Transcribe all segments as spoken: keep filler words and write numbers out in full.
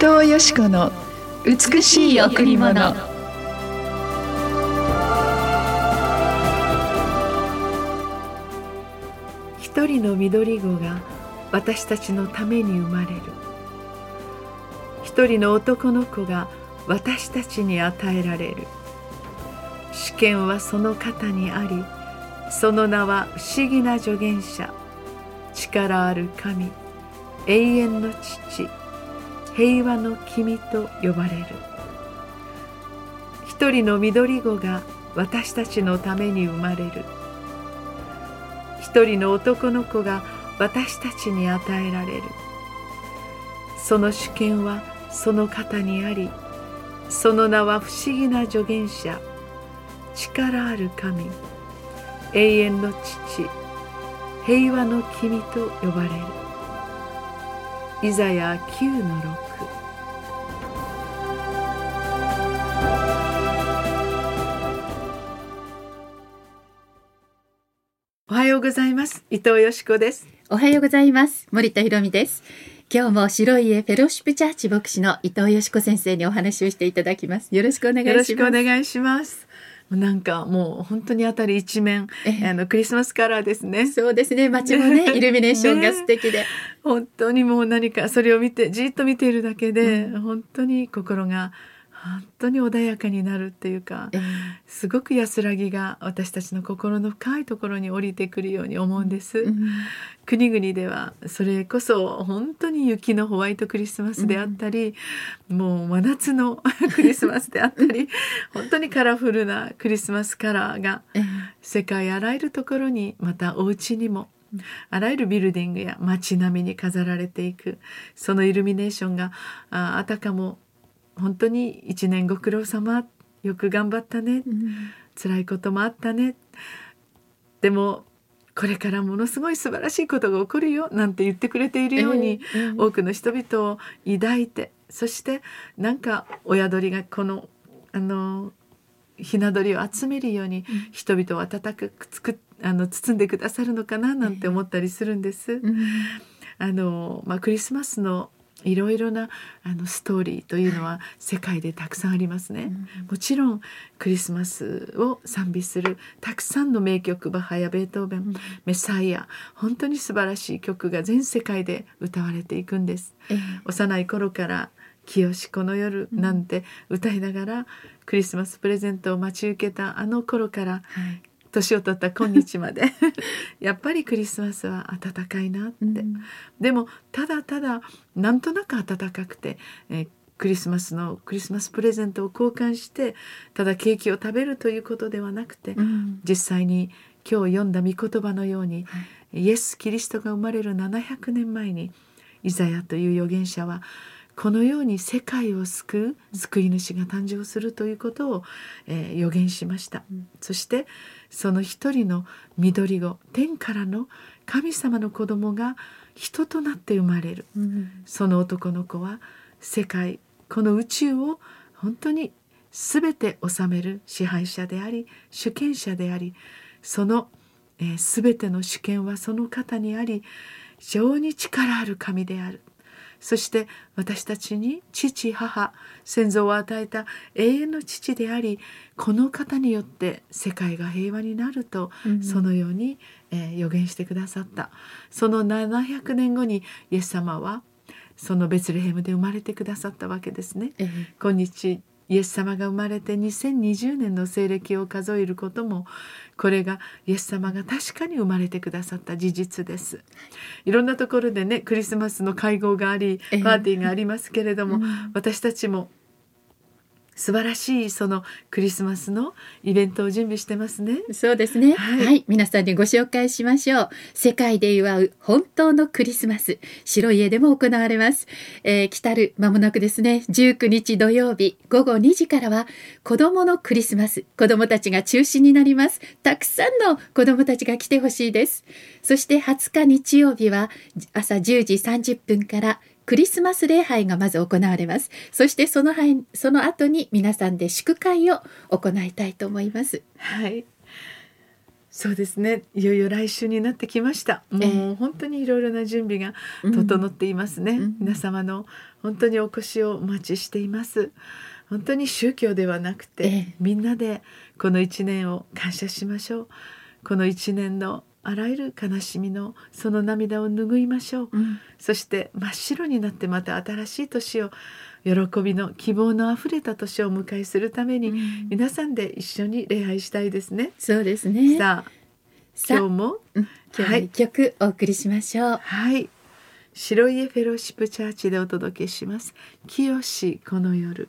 藤よし子の美しい贈り物。 一人の緑子が私たちのために生まれる。一人の男の子が私たちに与えられる。主権はその方にあり、その名は不思議な助言者、力ある神、永遠の父、平和の君と呼ばれる。一人の緑子が私たちのために生まれる。一人の男の子が私たちに与えられる。その主権はその方にあり、その名は不思議な助言者、力ある神、永遠の父、平和の君と呼ばれる。イザヤきゅうのろく。おはようございます。伊藤よし子です。 おはようございます。森田ひろみです。今日も白い家フェローシップチャーチ牧師の伊藤よし子先生にお話をしていただきます。よろしくお願いします。 よろしくお願いします。なんかもう本当にあたり一面、えあのクリスマスカラーですね。 そうですね。街もねイルミネーションが素敵で、ね、 本当にもう何かそれを見てじっと見ているだけで、うん、本当に心が本当に穏やかになるっていうか、えー、すごく安らぎが私たちの心の深いところに降りてくるように思うんです、うん、国々ではそれこそ本当に雪のホワイトクリスマスであったり、うん、もう真夏のクリスマスであったり本当にカラフルなクリスマスカラーが世界あらゆるところに、またお家にもあらゆるビルディングや街並みに飾られていく、そのイルミネーションが あ, あたかも本当に一年ご苦労様、よく頑張ったね、うん、辛いこともあったね、でもこれからものすごい素晴らしいことが起こるよなんて言ってくれているように、えーえー、多くの人々を抱いて、そしてなんか親鳥がこのあのひな鳥を集めるように人々を温かくつくあの包んでくださるのかななんて思ったりするんです、えーうん、あのまあ、クリスマスのいろいろなあのストーリーというのは世界でたくさんありますね、うん、もちろんクリスマスを賛美するたくさんの名曲、バッハやベートーベン、うん、メサイア、本当に素晴らしい曲が全世界で歌われていくんです、うん、幼い頃から清しこの夜なんて歌いながら、うん、クリスマスプレゼントを待ち受けたあの頃から、はい、年を取った今日までやっぱりクリスマスは暖かいなって、うん、でもただただなんとなく暖かくて、えー、クリスマスのクリスマスプレゼントを交換してただケーキを食べるということではなくて、うん、実際に今日読んだ御言葉のように、はい、イエス・キリストが生まれるななひゃくねんまえにイザヤという預言者はこのように世界を救う救い主が誕生するということを、えー、予言しました、うん、そしてその一人の緑子、天からの神様の子供が人となって生まれる、うん、その男の子は世界、この宇宙を本当に全て治める支配者であり主権者であり、その、えー、全ての主権はその方にあり、非常に力ある神である。そして私たちに父、母、先祖を与えた永遠の父であり、この方によって世界が平和になると、うん、そのように、えー、予言してくださった。そのななひゃくねんごにイエス様はそのベツレヘムで生まれてくださったわけですね、えー、今日イエス様が生まれてにせんにじゅうねんの西暦を数えることも、これがイエス様が確かに生まれてくださった事実です。いろんなところでねクリスマスの会合がありパーティーがありますけれども、えーうん、私たちも素晴らしいそのクリスマスのイベントを準備してますね。 そうですね、はい、はい、皆さんにご紹介しましょう。世界で祝う本当のクリスマス、白い家でも行われます、えー、来たる間もなくですね、じゅうくにち土曜日ごごにじからは子どものクリスマス、子どもたちが中心になります。たくさんの子どもたちが来てほしいです。そしてはつか日曜日は朝じゅうじさんじゅっぷんからクリスマス礼拝がまず行われます。そしてそのその後に皆さんで祝会を行いたいと思います。 はい、 そうですね、いよいよ来週になってきました。もう本当にいろいろな準備が整っていますね、うん、皆様の本当にお越しをお待ちしています。本当に宗教ではなくて、ええ、みんなでこの一年を感謝しましょう。この一年のあらゆる悲しみのその涙を拭いましょう、うん、そして真っ白になってまた新しい年を、喜びの希望のあふれた年をお迎えするために、うん、皆さんで一緒に礼拝したいですね。 そうですね。 さあ今日も、 うん、今日も一曲お送りしましょう。 はい、白家フェローシップチャーチでお届けします。清しこの夜。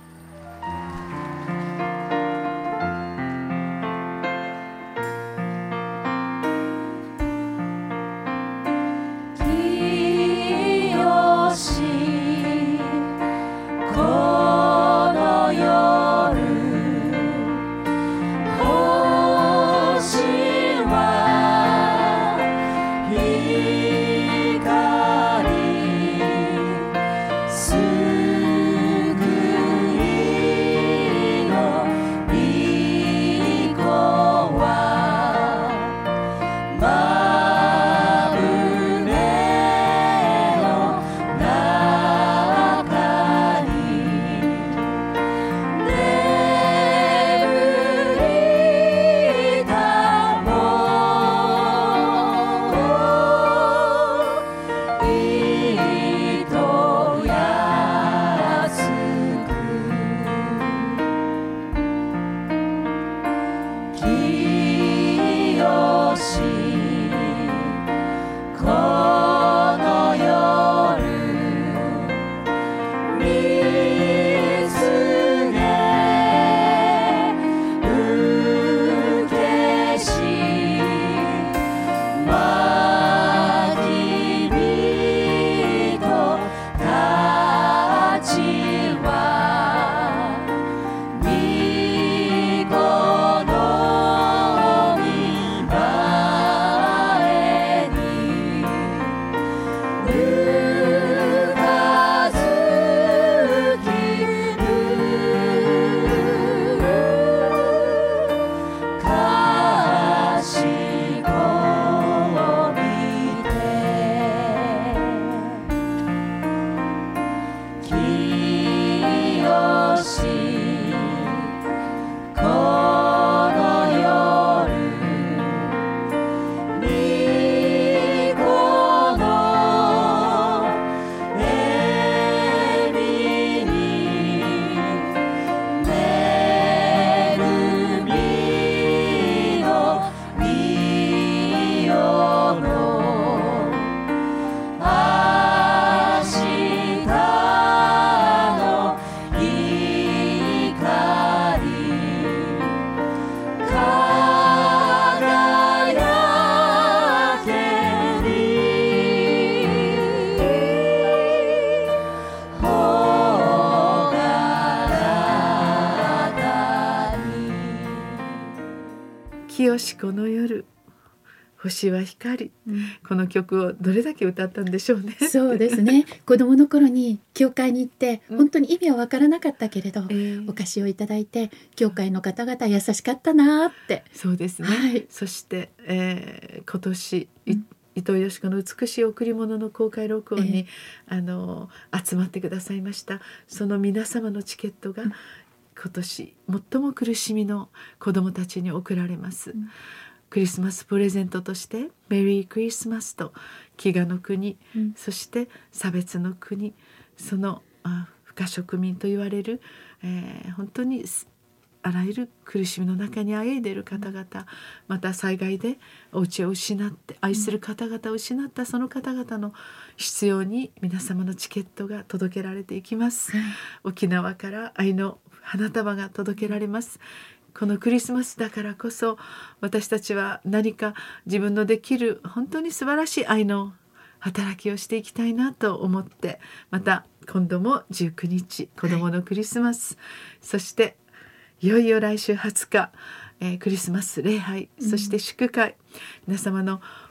清しこの夜、星は光、うん、この曲をどれだけ歌ったんでしょうね。 そうですね。子供の頃に教会に行って本当に意味は分からなかったけれど、うん、お菓子をいただいて教会の方々優しかったなって。 そうですね、はい、そして、えー、今年、うん、伊藤よし子の美しい贈り物の公開録音に、えー、あの集まってくださいました。その皆様のチケットが、うん、今年最も苦しみの子どもたちに贈られます、うん、クリスマスプレゼントとしてメリークリスマスと飢餓の国、うん、そして差別の国、その不可植民と言われる、えー、本当にあらゆる苦しみの中にあえいでいる方々、また災害でお家を失って愛する方々を失ったその方々の必要に皆様のチケットが届けられていきます、うん、沖縄から愛の花束が届けられます。このクリスマスだからこそ私たちは何か自分のできる本当に素晴らしい愛の働きをしていきたいなと思って、また今度もじゅうくにち子どものクリスマス、はい、そしていよいよ来週はつか、えー、クリスマス礼拝、そして祝会、うん、皆様の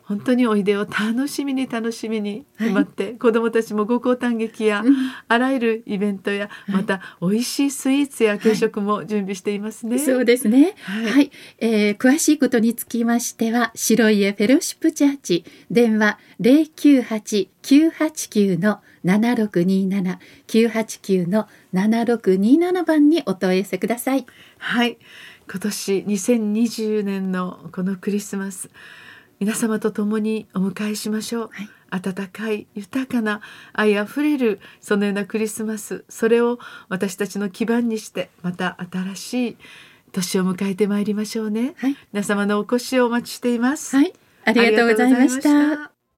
本当においでを楽しみに楽しみに待って、はい、子どもたちも五香誕劇や、うん、あらゆるイベントや、はい、また美味しいスイーツや軽食も準備していますね。 はい、そうですね。はい、はい、えー、詳しいことにつきましては白家フェローシップチャーチ電話 ゼロきゅうはち きゅうはちきゅう ななろくにーなな きゅうはちきゅう ななろくにーなな番にお問い合わせください。 はい、今年にせんにじゅうねんのこのクリスマス、皆様と共にお迎えしましょう。はい、温かい豊かな愛あふれるそのようなクリスマス、それを私たちの基盤にしてまた新しい年を迎えてまいりましょうね。はい、皆様のお越しをお待ちしています。 はい、ありがとうございました。